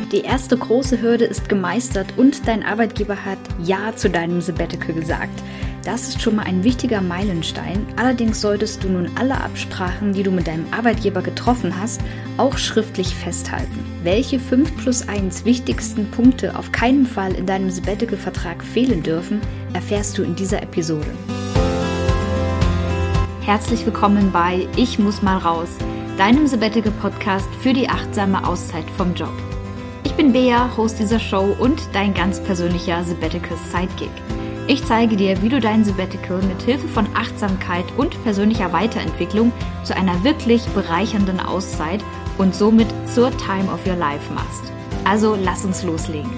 Die erste große Hürde ist gemeistert und dein Arbeitgeber hat Ja zu deinem Sabbatical gesagt. Das ist schon mal ein wichtiger Meilenstein. Allerdings solltest du nun alle Absprachen, die du mit deinem Arbeitgeber getroffen hast, auch schriftlich festhalten. Welche 5+1 wichtigsten Punkte auf keinen Fall in deinem Sabbatical-Vertrag fehlen dürfen, erfährst du in dieser Episode. Herzlich willkommen bei Ich muss mal raus, deinem Sabbatical-Podcast für die achtsame Auszeit vom Job. Ich bin Bea, Host dieser Show und dein ganz persönlicher Sabbatical-Sidekick. Ich zeige dir, wie du dein Sabbatical mit Hilfe von Achtsamkeit und persönlicher Weiterentwicklung zu einer wirklich bereichernden Auszeit und somit zur Time of Your Life machst. Also lass uns loslegen.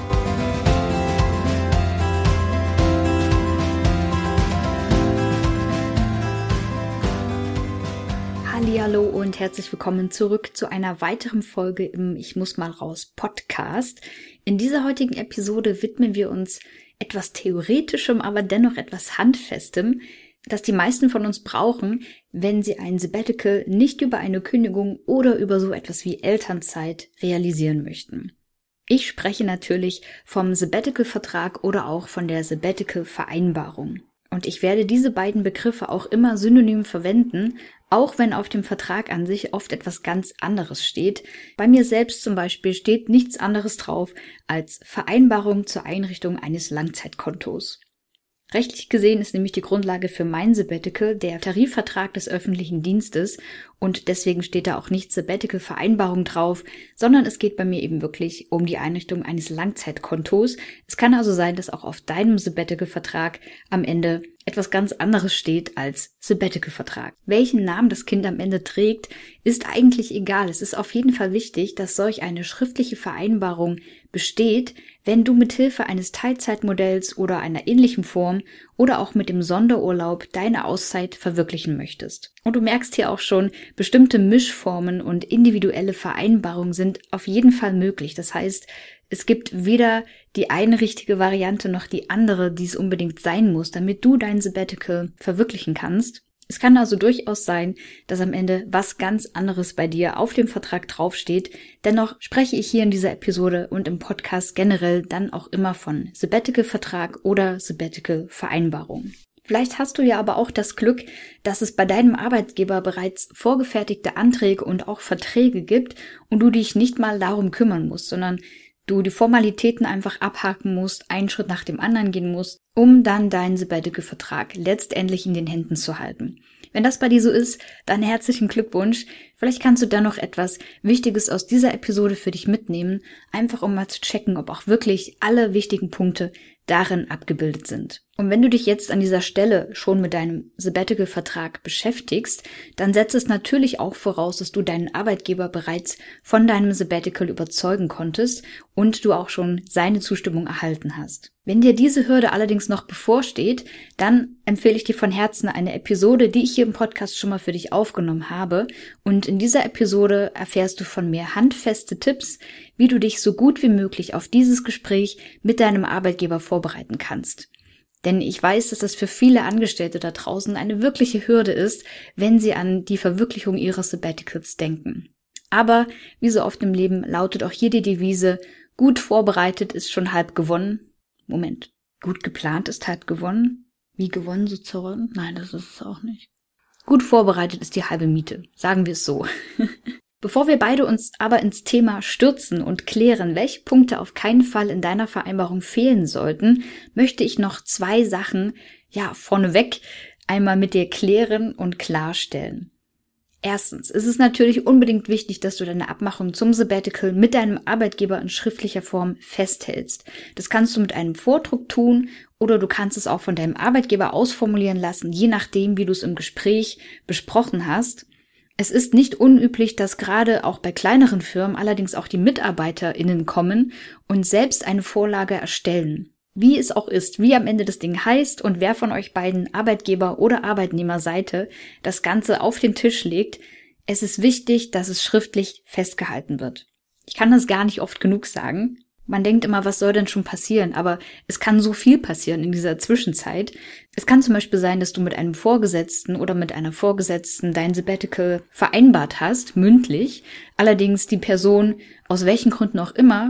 Hallihallo und herzlich willkommen zurück zu einer weiteren Folge im Ich muss mal raus Podcast. In dieser heutigen Episode widmen wir uns etwas Theoretischem, aber dennoch etwas Handfestem, das die meisten von uns brauchen, wenn sie ein Sabbatical nicht über eine Kündigung oder über so etwas wie Elternzeit realisieren möchten. Ich spreche natürlich vom Sabbatical-Vertrag oder auch von der Sabbatical-Vereinbarung. Und ich werde diese beiden Begriffe auch immer synonym verwenden, auch wenn auf dem Vertrag an sich oft etwas ganz anderes steht. Bei mir selbst zum Beispiel steht nichts anderes drauf als Vereinbarung zur Einrichtung eines Langzeitkontos. Rechtlich gesehen ist nämlich die Grundlage für mein Sabbatical der Tarifvertrag des öffentlichen Dienstes und deswegen steht da auch nicht Sabbatical-Vereinbarung drauf, sondern es geht bei mir eben wirklich um die Einrichtung eines Langzeitkontos. Es kann also sein, dass auch auf deinem Sabbatical-Vertrag am Ende etwas ganz anderes steht als Sabbatical-Vertrag. Welchen Namen das Kind am Ende trägt, ist eigentlich egal. Es ist auf jeden Fall wichtig, dass solch eine schriftliche Vereinbarung besteht, wenn du mithilfe eines Teilzeitmodells oder einer ähnlichen Form oder auch mit dem Sonderurlaub deine Auszeit verwirklichen möchtest. Und du merkst hier auch schon, bestimmte Mischformen und individuelle Vereinbarungen sind auf jeden Fall möglich. Das heißt, es gibt weder die eine richtige Variante noch die andere, die es unbedingt sein muss, damit du dein Sabbatical verwirklichen kannst. Es kann also durchaus sein, dass am Ende was ganz anderes bei dir auf dem Vertrag draufsteht. Dennoch spreche ich hier in dieser Episode und im Podcast generell dann auch immer von Sabbatical-Vertrag oder Sabbatical-Vereinbarung. Vielleicht hast du ja aber auch das Glück, dass es bei deinem Arbeitgeber bereits vorgefertigte Anträge und auch Verträge gibt und du dich nicht mal darum kümmern musst, sondern du die Formalitäten einfach abhaken musst, einen Schritt nach dem anderen gehen musst, um dann deinen Sabbatical-Vertrag letztendlich in den Händen zu halten. Wenn das bei dir so ist, dann herzlichen Glückwunsch. Vielleicht kannst du dann noch etwas Wichtiges aus dieser Episode für dich mitnehmen, einfach um mal zu checken, ob auch wirklich alle wichtigen Punkte darin abgebildet sind. Und wenn du dich jetzt an dieser Stelle schon mit deinem Sabbatical-Vertrag beschäftigst, dann setzt es natürlich auch voraus, dass du deinen Arbeitgeber bereits von deinem Sabbatical überzeugen konntest und du auch schon seine Zustimmung erhalten hast. Wenn dir diese Hürde allerdings noch bevorsteht, dann empfehle ich dir von Herzen eine Episode, die ich hier im Podcast schon mal für dich aufgenommen habe. Und in dieser Episode erfährst du von mir handfeste Tipps, wie du dich so gut wie möglich auf dieses Gespräch mit deinem Arbeitgeber vorbereiten kannst. Denn ich weiß, dass das für viele Angestellte da draußen eine wirkliche Hürde ist, wenn sie an die Verwirklichung ihres Sabbaticals denken. Aber wie so oft im Leben lautet auch hier die Devise, gut vorbereitet ist schon halb gewonnen. Moment, gut geplant ist halb gewonnen? Wie gewonnen so zerronnen? Nein, das ist es auch nicht. Gut vorbereitet ist die halbe Miete, sagen wir es so. Bevor wir beide uns aber ins Thema stürzen und klären, welche Punkte auf keinen Fall in deiner Vereinbarung fehlen sollten, möchte ich noch 2 Sachen, vorneweg einmal mit dir klären und klarstellen. Erstens, es ist natürlich unbedingt wichtig, dass du deine Abmachung zum Sabbatical mit deinem Arbeitgeber in schriftlicher Form festhältst. Das kannst du mit einem Vordruck tun oder du kannst es auch von deinem Arbeitgeber ausformulieren lassen, je nachdem, wie du es im Gespräch besprochen hast. Es ist nicht unüblich, dass gerade auch bei kleineren Firmen allerdings auch die MitarbeiterInnen kommen und selbst eine Vorlage erstellen. Wie es auch ist, wie am Ende das Ding heißt und wer von euch beiden Arbeitgeber- oder Arbeitnehmerseite das Ganze auf den Tisch legt, es ist wichtig, dass es schriftlich festgehalten wird. Ich kann das gar nicht oft genug sagen. Man denkt immer, was soll denn schon passieren? Aber es kann so viel passieren in dieser Zwischenzeit. Es kann zum Beispiel sein, dass du mit einem Vorgesetzten oder mit einer Vorgesetzten dein Sabbatical vereinbart hast, mündlich. Allerdings die Person, aus welchen Gründen auch immer,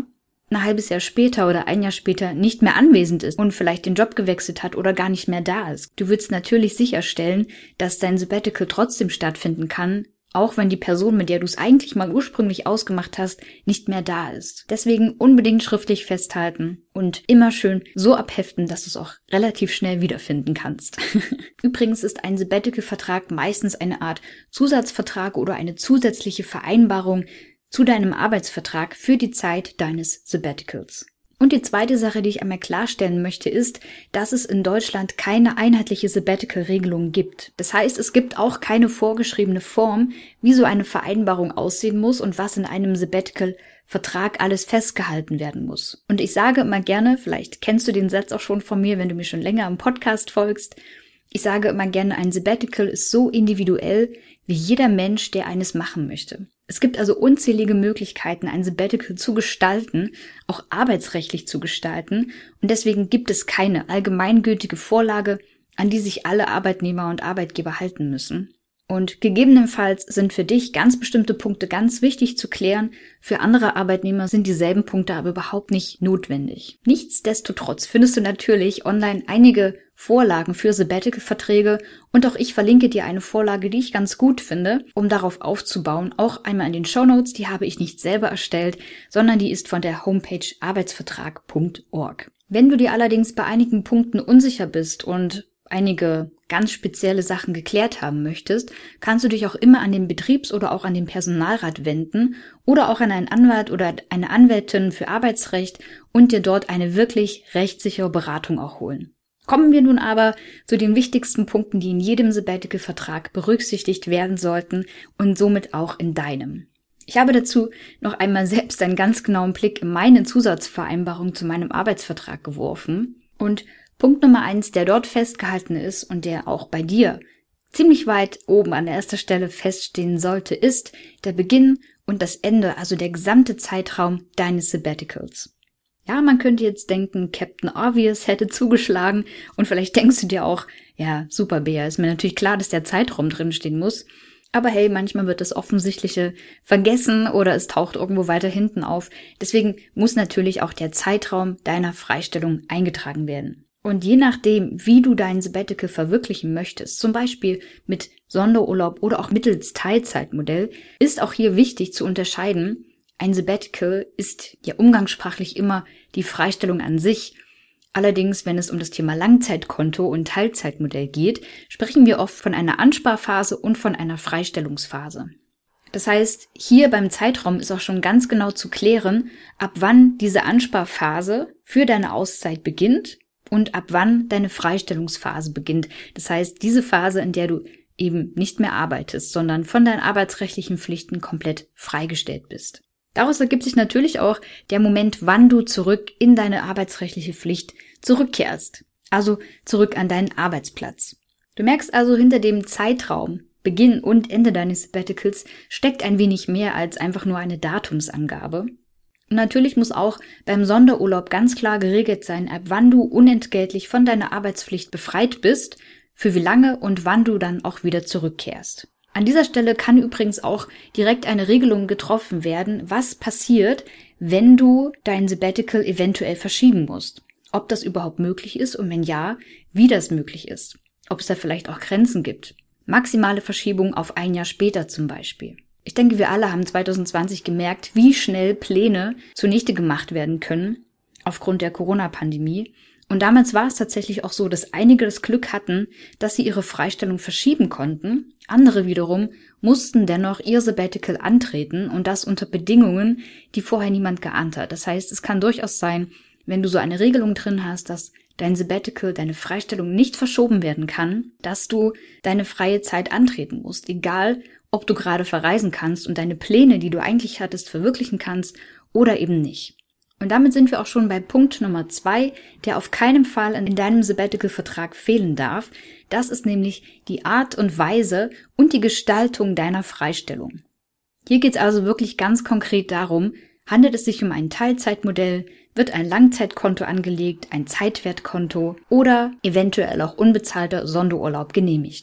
ein halbes Jahr später oder ein Jahr später nicht mehr anwesend ist und vielleicht den Job gewechselt hat oder gar nicht mehr da ist. Du willst natürlich sicherstellen, dass dein Sabbatical trotzdem stattfinden kann, auch wenn die Person, mit der du es eigentlich mal ursprünglich ausgemacht hast, nicht mehr da ist. Deswegen unbedingt schriftlich festhalten und immer schön so abheften, dass du es auch relativ schnell wiederfinden kannst. Übrigens ist ein Sabbatical-Vertrag meistens eine Art Zusatzvertrag oder eine zusätzliche Vereinbarung zu deinem Arbeitsvertrag für die Zeit deines Sabbaticals. Und die zweite Sache, die ich einmal klarstellen möchte, ist, dass es in Deutschland keine einheitliche Sabbatical-Regelung gibt. Das heißt, es gibt auch keine vorgeschriebene Form, wie so eine Vereinbarung aussehen muss und was in einem Sabbatical-Vertrag alles festgehalten werden muss. Und ich sage immer gerne, vielleicht kennst du den Satz auch schon von mir, wenn du mir schon länger im Podcast folgst, ich sage immer gerne, ein Sabbatical ist so individuell wie jeder Mensch, der eines machen möchte. Es gibt also unzählige Möglichkeiten, ein Sabbatical zu gestalten, auch arbeitsrechtlich zu gestalten. Und deswegen gibt es keine allgemeingültige Vorlage, an die sich alle Arbeitnehmer und Arbeitgeber halten müssen. Und gegebenenfalls sind für dich ganz bestimmte Punkte ganz wichtig zu klären. Für andere Arbeitnehmer sind dieselben Punkte aber überhaupt nicht notwendig. Nichtsdestotrotz findest du natürlich online einige Vorlagen für Sabbatical-Verträge und auch ich verlinke dir eine Vorlage, die ich ganz gut finde, um darauf aufzubauen. Auch einmal in den Shownotes, die habe ich nicht selber erstellt, sondern die ist von der Homepage arbeitsvertrag.org. Wenn du dir allerdings bei einigen Punkten unsicher bist und einige ganz spezielle Sachen geklärt haben möchtest, kannst du dich auch immer an den Betriebs- oder auch an den Personalrat wenden oder auch an einen Anwalt oder eine Anwältin für Arbeitsrecht und dir dort eine wirklich rechtssichere Beratung auch holen. Kommen wir nun aber zu den wichtigsten Punkten, die in jedem Sabbatical-Vertrag berücksichtigt werden sollten und somit auch in deinem. Ich habe dazu noch einmal selbst einen ganz genauen Blick in meine Zusatzvereinbarung zu meinem Arbeitsvertrag geworfen und Punkt Nummer 1, der dort festgehalten ist und der auch bei dir ziemlich weit oben an erster Stelle feststehen sollte, ist der Beginn und das Ende, also der gesamte Zeitraum deines Sabbaticals. Ja, man könnte jetzt denken, Captain Obvious hätte zugeschlagen und vielleicht denkst du dir auch, ja, super Bea, ist mir natürlich klar, dass der Zeitraum drinstehen muss. Aber hey, manchmal wird das Offensichtliche vergessen oder es taucht irgendwo weiter hinten auf. Deswegen muss natürlich auch der Zeitraum deiner Freistellung eingetragen werden. Und je nachdem, wie du dein Sabbatical verwirklichen möchtest, zum Beispiel mit Sonderurlaub oder auch mittels Teilzeitmodell, ist auch hier wichtig zu unterscheiden. Ein Sabbatical ist ja umgangssprachlich immer die Freistellung an sich. Allerdings, wenn es um das Thema Langzeitkonto und Teilzeitmodell geht, sprechen wir oft von einer Ansparphase und von einer Freistellungsphase. Das heißt, hier beim Zeitraum ist auch schon ganz genau zu klären, ab wann diese Ansparphase für deine Auszeit beginnt und ab wann deine Freistellungsphase beginnt. Das heißt, diese Phase, in der du eben nicht mehr arbeitest, sondern von deinen arbeitsrechtlichen Pflichten komplett freigestellt bist. Daraus ergibt sich natürlich auch der Moment, wann du zurück in deine arbeitsrechtliche Pflicht zurückkehrst. Also zurück an deinen Arbeitsplatz. Du merkst also, hinter dem Zeitraum, Beginn und Ende deines Sabbaticals steckt ein wenig mehr als einfach nur eine Datumsangabe. Und natürlich muss auch beim Sonderurlaub ganz klar geregelt sein, ab wann du unentgeltlich von deiner Arbeitspflicht befreit bist, für wie lange und wann du dann auch wieder zurückkehrst. An dieser Stelle kann übrigens auch direkt eine Regelung getroffen werden, was passiert, wenn du dein Sabbatical eventuell verschieben musst. Ob das überhaupt möglich ist und wenn ja, wie das möglich ist. Ob es da vielleicht auch Grenzen gibt. Maximale Verschiebung auf ein Jahr später zum Beispiel. Ich denke, wir alle haben 2020 gemerkt, wie schnell Pläne zunichte gemacht werden können aufgrund der Corona-Pandemie. Und damals war es tatsächlich auch so, dass einige das Glück hatten, dass sie ihre Freistellung verschieben konnten. Andere wiederum mussten dennoch ihr Sabbatical antreten und das unter Bedingungen, die vorher niemand geahnt hat. Das heißt, es kann durchaus sein, wenn du so eine Regelung drin hast, dass dein Sabbatical, deine Freistellung nicht verschoben werden kann, dass du deine freie Zeit antreten musst, egal ob du gerade verreisen kannst und deine Pläne, die du eigentlich hattest, verwirklichen kannst oder eben nicht. Und damit sind wir auch schon bei Punkt Nummer 2, der auf keinen Fall in deinem Sabbatical-Vertrag fehlen darf. Das ist nämlich die Art und Weise und die Gestaltung deiner Freistellung. Hier geht es also wirklich ganz konkret darum, handelt es sich um ein Teilzeitmodell, wird ein Langzeitkonto angelegt, ein Zeitwertkonto oder eventuell auch unbezahlter Sonderurlaub genehmigt.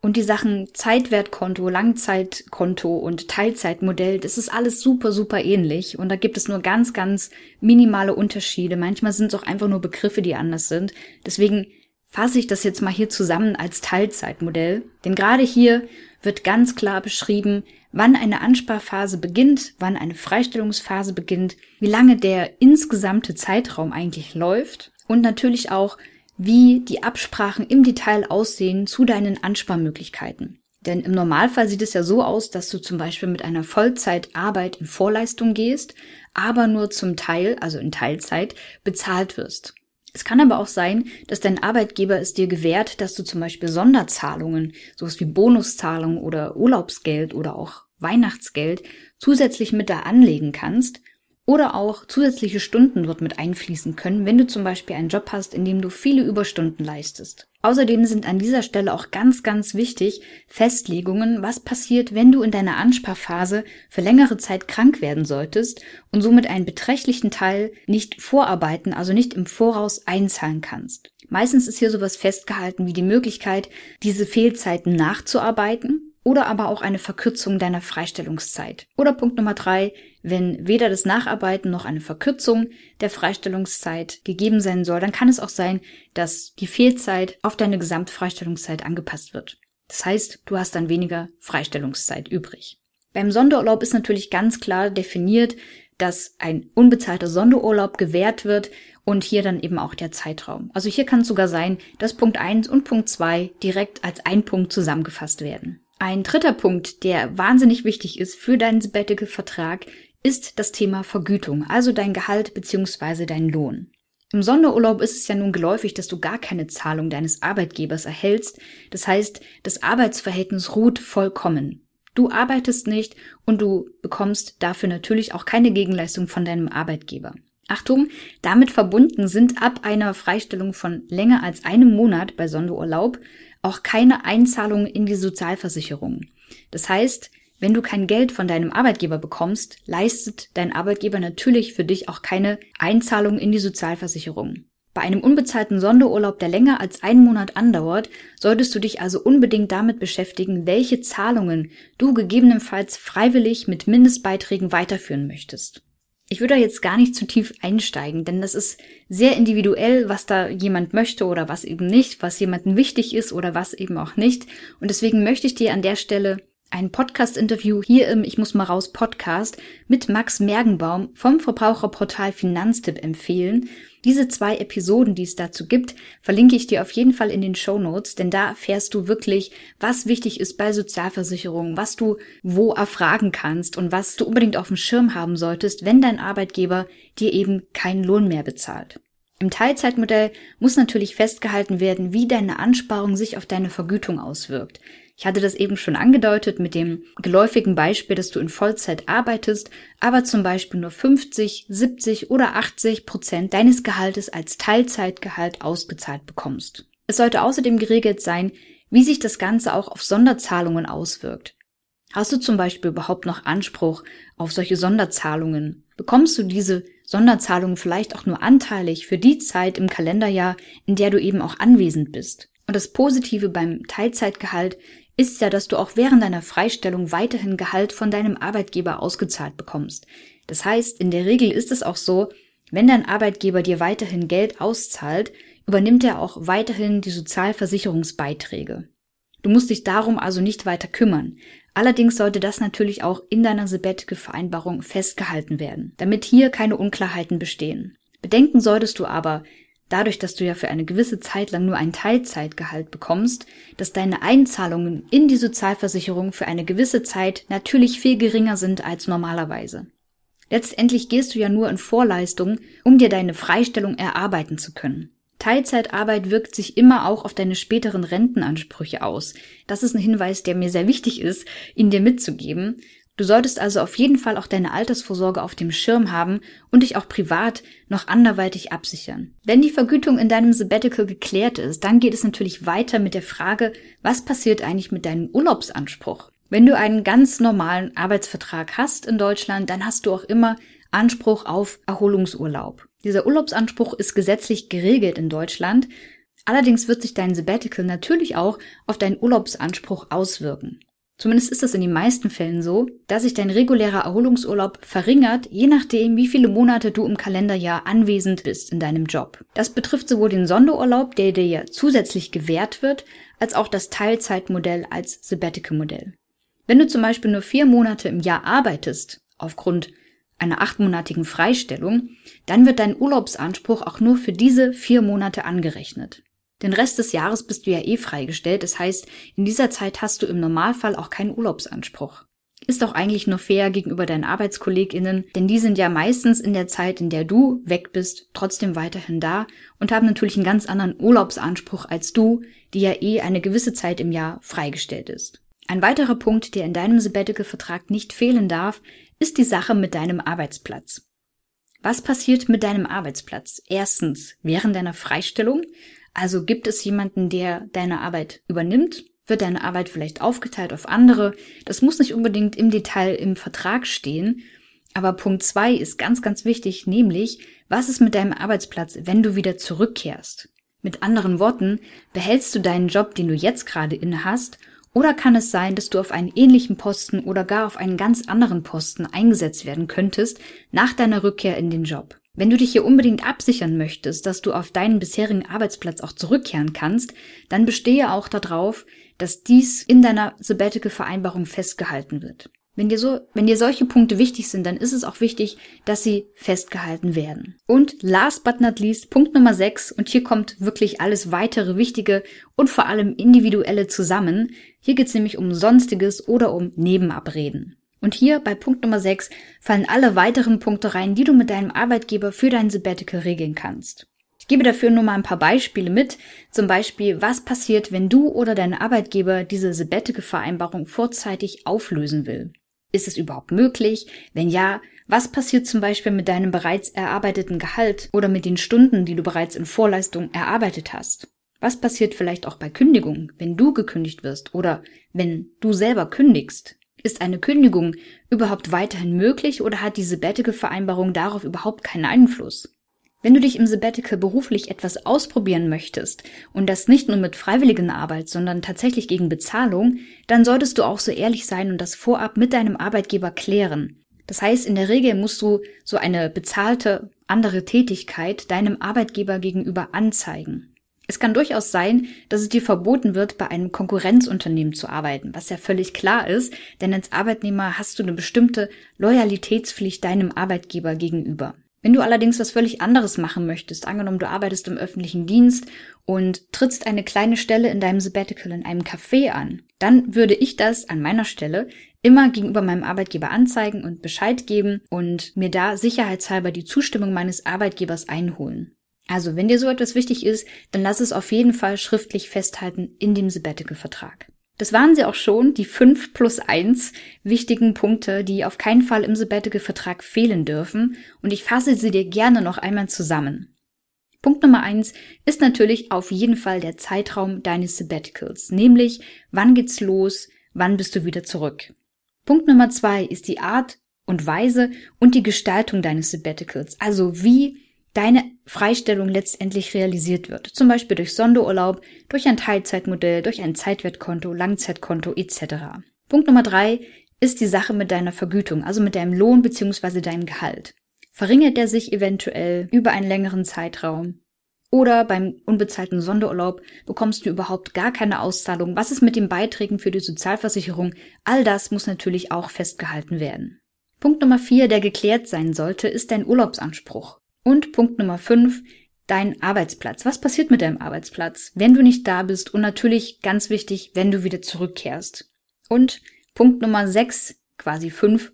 Und die Sachen Zeitwertkonto, Langzeitkonto und Teilzeitmodell, das ist alles super, super ähnlich. Und da gibt es nur ganz, ganz minimale Unterschiede. Manchmal sind es auch einfach nur Begriffe, die anders sind. Deswegen fasse ich das jetzt mal hier zusammen als Teilzeitmodell. Denn gerade hier wird ganz klar beschrieben, wann eine Ansparphase beginnt, wann eine Freistellungsphase beginnt, wie lange der insgesamte Zeitraum eigentlich läuft und natürlich auch, wie die Absprachen im Detail aussehen zu deinen Ansparmöglichkeiten. Denn im Normalfall sieht es ja so aus, dass du zum Beispiel mit einer Vollzeitarbeit in Vorleistung gehst, aber nur zum Teil, also in Teilzeit, bezahlt wirst. Es kann aber auch sein, dass dein Arbeitgeber es dir gewährt, dass du zum Beispiel Sonderzahlungen, sowas wie Bonuszahlungen oder Urlaubsgeld oder auch Weihnachtsgeld zusätzlich mit da anlegen kannst oder auch zusätzliche Stunden dort mit einfließen können, wenn du zum Beispiel einen Job hast, in dem du viele Überstunden leistest. Außerdem sind an dieser Stelle auch ganz, ganz wichtig Festlegungen, was passiert, wenn du in deiner Ansparphase für längere Zeit krank werden solltest und somit einen beträchtlichen Teil nicht vorarbeiten, also nicht im Voraus einzahlen kannst. Meistens ist hier sowas festgehalten wie die Möglichkeit, diese Fehlzeiten nachzuarbeiten oder aber auch eine Verkürzung deiner Freistellungszeit. Oder Punkt Nummer 3, wenn weder das Nacharbeiten noch eine Verkürzung der Freistellungszeit gegeben sein soll, dann kann es auch sein, dass die Fehlzeit auf deine Gesamtfreistellungszeit angepasst wird. Das heißt, du hast dann weniger Freistellungszeit übrig. Beim Sonderurlaub ist natürlich ganz klar definiert, dass ein unbezahlter Sonderurlaub gewährt wird und hier dann eben auch der Zeitraum. Also hier kann es sogar sein, dass Punkt 1 und Punkt 2 direkt als ein Punkt zusammengefasst werden. Ein dritter Punkt, der wahnsinnig wichtig ist für deinen Sabbatical-Vertrag, ist das Thema Vergütung, also dein Gehalt bzw. dein Lohn. Im Sonderurlaub ist es ja nun geläufig, dass du gar keine Zahlung deines Arbeitgebers erhältst. Das heißt, das Arbeitsverhältnis ruht vollkommen. Du arbeitest nicht und du bekommst dafür natürlich auch keine Gegenleistung von deinem Arbeitgeber. Achtung, damit verbunden sind ab einer Freistellung von länger als einem Monat bei Sonderurlaub auch keine Einzahlungen in die Sozialversicherung. Das heißt, wenn du kein Geld von deinem Arbeitgeber bekommst, leistet dein Arbeitgeber natürlich für dich auch keine Einzahlung in die Sozialversicherung. Bei einem unbezahlten Sonderurlaub, der länger als einen Monat andauert, solltest du dich also unbedingt damit beschäftigen, welche Zahlungen du gegebenenfalls freiwillig mit Mindestbeiträgen weiterführen möchtest. Ich würde da jetzt gar nicht zu tief einsteigen, denn das ist sehr individuell, was da jemand möchte oder was eben nicht, was jemandem wichtig ist oder was eben auch nicht. Und deswegen möchte ich dir an der Stelle ein Podcast-Interview hier im Ich muss mal raus Podcast mit Max Mergenbaum vom Verbraucherportal Finanztipp empfehlen. Diese 2 Episoden, die es dazu gibt, verlinke ich dir auf jeden Fall in den Shownotes, denn da erfährst du wirklich, was wichtig ist bei Sozialversicherungen, was du wo erfragen kannst und was du unbedingt auf dem Schirm haben solltest, wenn dein Arbeitgeber dir eben keinen Lohn mehr bezahlt. Im Teilzeitmodell muss natürlich festgehalten werden, wie deine Ansparung sich auf deine Vergütung auswirkt. Ich hatte das eben schon angedeutet mit dem geläufigen Beispiel, dass du in Vollzeit arbeitest, aber zum Beispiel nur 50, 70 oder 80% deines Gehaltes als Teilzeitgehalt ausgezahlt bekommst. Es sollte außerdem geregelt sein, wie sich das Ganze auch auf Sonderzahlungen auswirkt. Hast du zum Beispiel überhaupt noch Anspruch auf solche Sonderzahlungen? Bekommst du diese Sonderzahlungen vielleicht auch nur anteilig für die Zeit im Kalenderjahr, in der du eben auch anwesend bist? Und das Positive beim Teilzeitgehalt ist ja, dass du auch während deiner Freistellung weiterhin Gehalt von deinem Arbeitgeber ausgezahlt bekommst. Das heißt, in der Regel ist es auch so, wenn dein Arbeitgeber dir weiterhin Geld auszahlt, übernimmt er auch weiterhin die Sozialversicherungsbeiträge. Du musst dich darum also nicht weiter kümmern. Allerdings sollte das natürlich auch in deiner Sabbatical-Vereinbarung festgehalten werden, damit hier keine Unklarheiten bestehen. Bedenken solltest du aber, dadurch, dass du ja für eine gewisse Zeit lang nur ein Teilzeitgehalt bekommst, dass deine Einzahlungen in die Sozialversicherung für eine gewisse Zeit natürlich viel geringer sind als normalerweise. Letztendlich gehst du ja nur in Vorleistung, um dir deine Freistellung erarbeiten zu können. Teilzeitarbeit wirkt sich immer auch auf deine späteren Rentenansprüche aus. Das ist ein Hinweis, der mir sehr wichtig ist, ihn dir mitzugeben. Du solltest also auf jeden Fall auch deine Altersvorsorge auf dem Schirm haben und dich auch privat noch anderweitig absichern. Wenn die Vergütung in deinem Sabbatical geklärt ist, dann geht es natürlich weiter mit der Frage, was passiert eigentlich mit deinem Urlaubsanspruch? Wenn du einen ganz normalen Arbeitsvertrag hast in Deutschland, dann hast du auch immer Anspruch auf Erholungsurlaub. Dieser Urlaubsanspruch ist gesetzlich geregelt in Deutschland. Allerdings wird sich dein Sabbatical natürlich auch auf deinen Urlaubsanspruch auswirken. Zumindest ist es in den meisten Fällen so, dass sich dein regulärer Erholungsurlaub verringert, je nachdem, wie viele Monate du im Kalenderjahr anwesend bist in deinem Job. Das betrifft sowohl den Sonderurlaub, der dir ja zusätzlich gewährt wird, als auch das Teilzeitmodell als Sabbatical-Modell. Wenn du zum Beispiel nur 4 Monate im Jahr arbeitest, aufgrund einer 8-monatigen Freistellung, dann wird dein Urlaubsanspruch auch nur für diese 4 Monate angerechnet. Den Rest des Jahres bist du ja freigestellt, das heißt, in dieser Zeit hast du im Normalfall auch keinen Urlaubsanspruch. Ist auch eigentlich nur fair gegenüber deinen ArbeitskollegInnen, denn die sind ja meistens in der Zeit, in der du weg bist, trotzdem weiterhin da und haben natürlich einen ganz anderen Urlaubsanspruch als du, die ja eine gewisse Zeit im Jahr freigestellt ist. Ein weiterer Punkt, der in deinem Sabbatical-Vertrag nicht fehlen darf, ist die Sache mit deinem Arbeitsplatz. Was passiert mit deinem Arbeitsplatz? Erstens, während deiner Freistellung. Also gibt es jemanden, der deine Arbeit übernimmt? Wird deine Arbeit vielleicht aufgeteilt auf andere? Das muss nicht unbedingt im Detail im Vertrag stehen. Aber Punkt 2 ist ganz, ganz wichtig, nämlich, was ist mit deinem Arbeitsplatz, wenn du wieder zurückkehrst? Mit anderen Worten, behältst du deinen Job, den du jetzt gerade inne hast, oder kann es sein, dass du auf einen ähnlichen Posten oder gar auf einen ganz anderen Posten eingesetzt werden könntest nach deiner Rückkehr in den Job? Wenn du dich hier unbedingt absichern möchtest, dass du auf deinen bisherigen Arbeitsplatz auch zurückkehren kannst, dann bestehe auch darauf, dass dies in deiner Sabbatical-Vereinbarung festgehalten wird. Wenn dir solche Punkte wichtig sind, dann ist es auch wichtig, dass sie festgehalten werden. Und last but not least, Punkt Nummer 6, und hier kommt wirklich alles weitere Wichtige und vor allem Individuelle zusammen. Hier geht es nämlich um Sonstiges oder um Nebenabreden. Und hier bei Punkt Nummer 6 fallen alle weiteren Punkte rein, die du mit deinem Arbeitgeber für dein Sabbatical regeln kannst. Ich gebe dafür nur mal ein paar Beispiele mit. Zum Beispiel, was passiert, wenn du oder dein Arbeitgeber diese Sabbatical-Vereinbarung vorzeitig auflösen will? Ist es überhaupt möglich? Wenn ja, was passiert zum Beispiel mit deinem bereits erarbeiteten Gehalt oder mit den Stunden, die du bereits in Vorleistung erarbeitet hast? Was passiert vielleicht auch bei Kündigung, wenn du gekündigt wirst oder wenn du selber kündigst? Ist eine Kündigung überhaupt weiterhin möglich oder hat die Sabbatical-Vereinbarung darauf überhaupt keinen Einfluss? Wenn du dich im Sabbatical beruflich etwas ausprobieren möchtest und das nicht nur mit Freiwilligenarbeit, sondern tatsächlich gegen Bezahlung, dann solltest du auch so ehrlich sein und das vorab mit deinem Arbeitgeber klären. Das heißt, in der Regel musst du so eine bezahlte andere Tätigkeit deinem Arbeitgeber gegenüber anzeigen. Es kann durchaus sein, dass es dir verboten wird, bei einem Konkurrenzunternehmen zu arbeiten, was ja völlig klar ist, denn als Arbeitnehmer hast du eine bestimmte Loyalitätspflicht deinem Arbeitgeber gegenüber. Wenn du allerdings was völlig anderes machen möchtest, angenommen du arbeitest im öffentlichen Dienst und trittst eine kleine Stelle in deinem Sabbatical in einem Café an, dann würde ich das an meiner Stelle immer gegenüber meinem Arbeitgeber anzeigen und Bescheid geben und mir da sicherheitshalber die Zustimmung meines Arbeitgebers einholen. Also, wenn dir so etwas wichtig ist, dann lass es auf jeden Fall schriftlich festhalten in dem Sabbatical-Vertrag. Das waren sie auch schon, die 5+1 wichtigen Punkte, die auf keinen Fall im Sabbatical-Vertrag fehlen dürfen, und ich fasse sie dir gerne noch einmal zusammen. Punkt Nummer 1 ist natürlich auf jeden Fall der Zeitraum deines Sabbaticals, nämlich wann geht's los, wann bist du wieder zurück. Punkt Nummer 2 ist die Art und Weise und die Gestaltung deines Sabbaticals, also wie deine Freistellung letztendlich realisiert wird, zum Beispiel durch Sonderurlaub, durch ein Teilzeitmodell, durch ein Zeitwertkonto, Langzeitkonto etc. Punkt Nummer 3 ist die Sache mit deiner Vergütung, also mit deinem Lohn bzw. deinem Gehalt. Verringert der sich eventuell über einen längeren Zeitraum? Oder beim unbezahlten Sonderurlaub bekommst du überhaupt gar keine Auszahlung? Was ist mit den Beiträgen für die Sozialversicherung? All das muss natürlich auch festgehalten werden. Punkt Nummer 4, der geklärt sein sollte, ist dein Urlaubsanspruch. Und Punkt Nummer 5, dein Arbeitsplatz. Was passiert mit deinem Arbeitsplatz, wenn du nicht da bist? Und natürlich ganz wichtig, wenn du wieder zurückkehrst. Und Punkt Nummer 6, quasi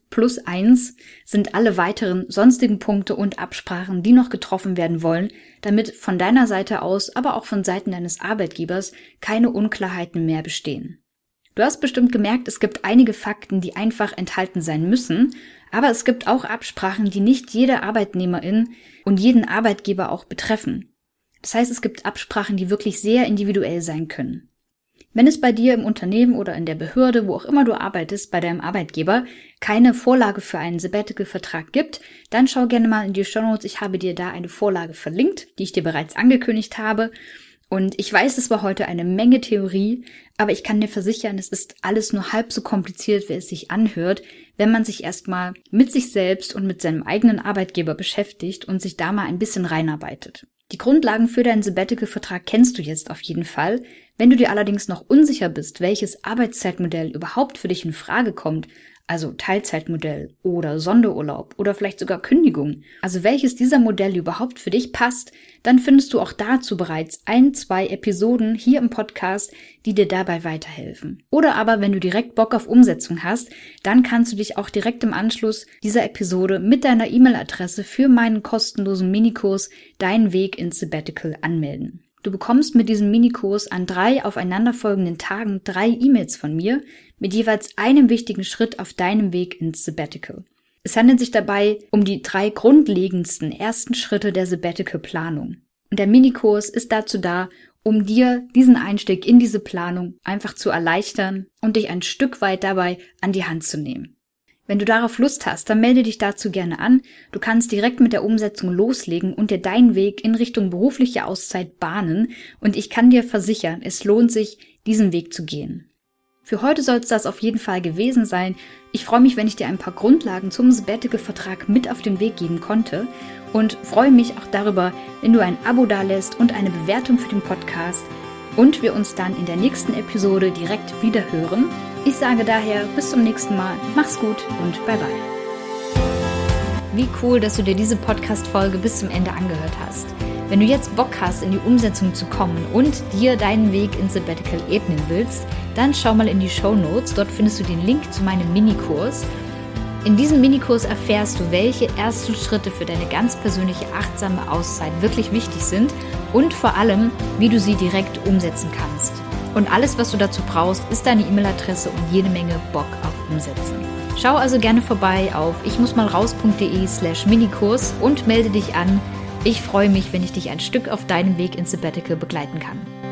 5+1, sind alle weiteren sonstigen Punkte und Absprachen, die noch getroffen werden wollen, damit von deiner Seite aus, aber auch von Seiten deines Arbeitgebers keine Unklarheiten mehr bestehen. Du hast bestimmt gemerkt, es gibt einige Fakten, die einfach enthalten sein müssen, aber es gibt auch Absprachen, die nicht jede Arbeitnehmerin und jeden Arbeitgeber auch betreffen. Das heißt, es gibt Absprachen, die wirklich sehr individuell sein können. Wenn es bei dir im Unternehmen oder in der Behörde, wo auch immer du arbeitest, bei deinem Arbeitgeber, keine Vorlage für einen Sabbatical-Vertrag gibt, dann schau gerne mal in die Shownotes. Ich habe dir da eine Vorlage verlinkt, die ich dir bereits angekündigt habe. Und ich weiß, es war heute eine Menge Theorie, aber ich kann dir versichern, es ist alles nur halb so kompliziert, wie es sich anhört, wenn man sich erstmal mit sich selbst und mit seinem eigenen Arbeitgeber beschäftigt und sich da mal ein bisschen reinarbeitet. Die Grundlagen für deinen Sabbatical-Vertrag kennst du jetzt auf jeden Fall. Wenn du dir allerdings noch unsicher bist, welches Arbeitszeitmodell überhaupt für dich in Frage kommt, also Teilzeitmodell oder Sonderurlaub oder vielleicht sogar Kündigung, also welches dieser Modelle überhaupt für dich passt, dann findest du auch dazu bereits 1-2 Episoden hier im Podcast, die dir dabei weiterhelfen. Oder aber, wenn du direkt Bock auf Umsetzung hast, dann kannst du dich auch direkt im Anschluss dieser Episode mit deiner E-Mail-Adresse für meinen kostenlosen Minikurs Dein Weg ins Sabbatical anmelden. Du bekommst mit diesem Minikurs an 3 aufeinanderfolgenden Tagen 3 E-Mails von mir mit jeweils einem wichtigen Schritt auf deinem Weg ins Sabbatical. Es handelt sich dabei um die 3 grundlegendsten ersten Schritte der Sabbatical-Planung. Und der Minikurs ist dazu da, um dir diesen Einstieg in diese Planung einfach zu erleichtern und dich ein Stück weit dabei an die Hand zu nehmen. Wenn du darauf Lust hast, dann melde dich dazu gerne an. Du kannst direkt mit der Umsetzung loslegen und dir deinen Weg in Richtung berufliche Auszeit bahnen. Und ich kann dir versichern, es lohnt sich, diesen Weg zu gehen. Für heute soll es das auf jeden Fall gewesen sein. Ich freue mich, wenn ich dir ein paar Grundlagen zum Sabbatical-Vertrag mit auf den Weg geben konnte und freue mich auch darüber, wenn du ein Abo dalässt und eine Bewertung für den Podcast und wir uns dann in der nächsten Episode direkt wieder hören. Ich sage daher bis zum nächsten Mal, mach's gut und bye bye. Wie cool, dass du dir diese Podcast-Folge bis zum Ende angehört hast. Wenn du jetzt Bock hast, in die Umsetzung zu kommen und dir deinen Weg ins Sabbatical ebnen willst, dann schau mal in die Shownotes, dort findest du den Link zu meinem Minikurs. In diesem Minikurs erfährst du, welche ersten Schritte für deine ganz persönliche achtsame Auszeit wirklich wichtig sind und vor allem, wie du sie direkt umsetzen kannst. Und alles, was du dazu brauchst, ist deine E-Mail-Adresse und jede Menge Bock auf Umsetzen. Schau also gerne vorbei auf ichmussmalraus.de/Minikurs und melde dich an. Ich freue mich, wenn ich dich ein Stück auf deinem Weg ins Sabbatical begleiten kann.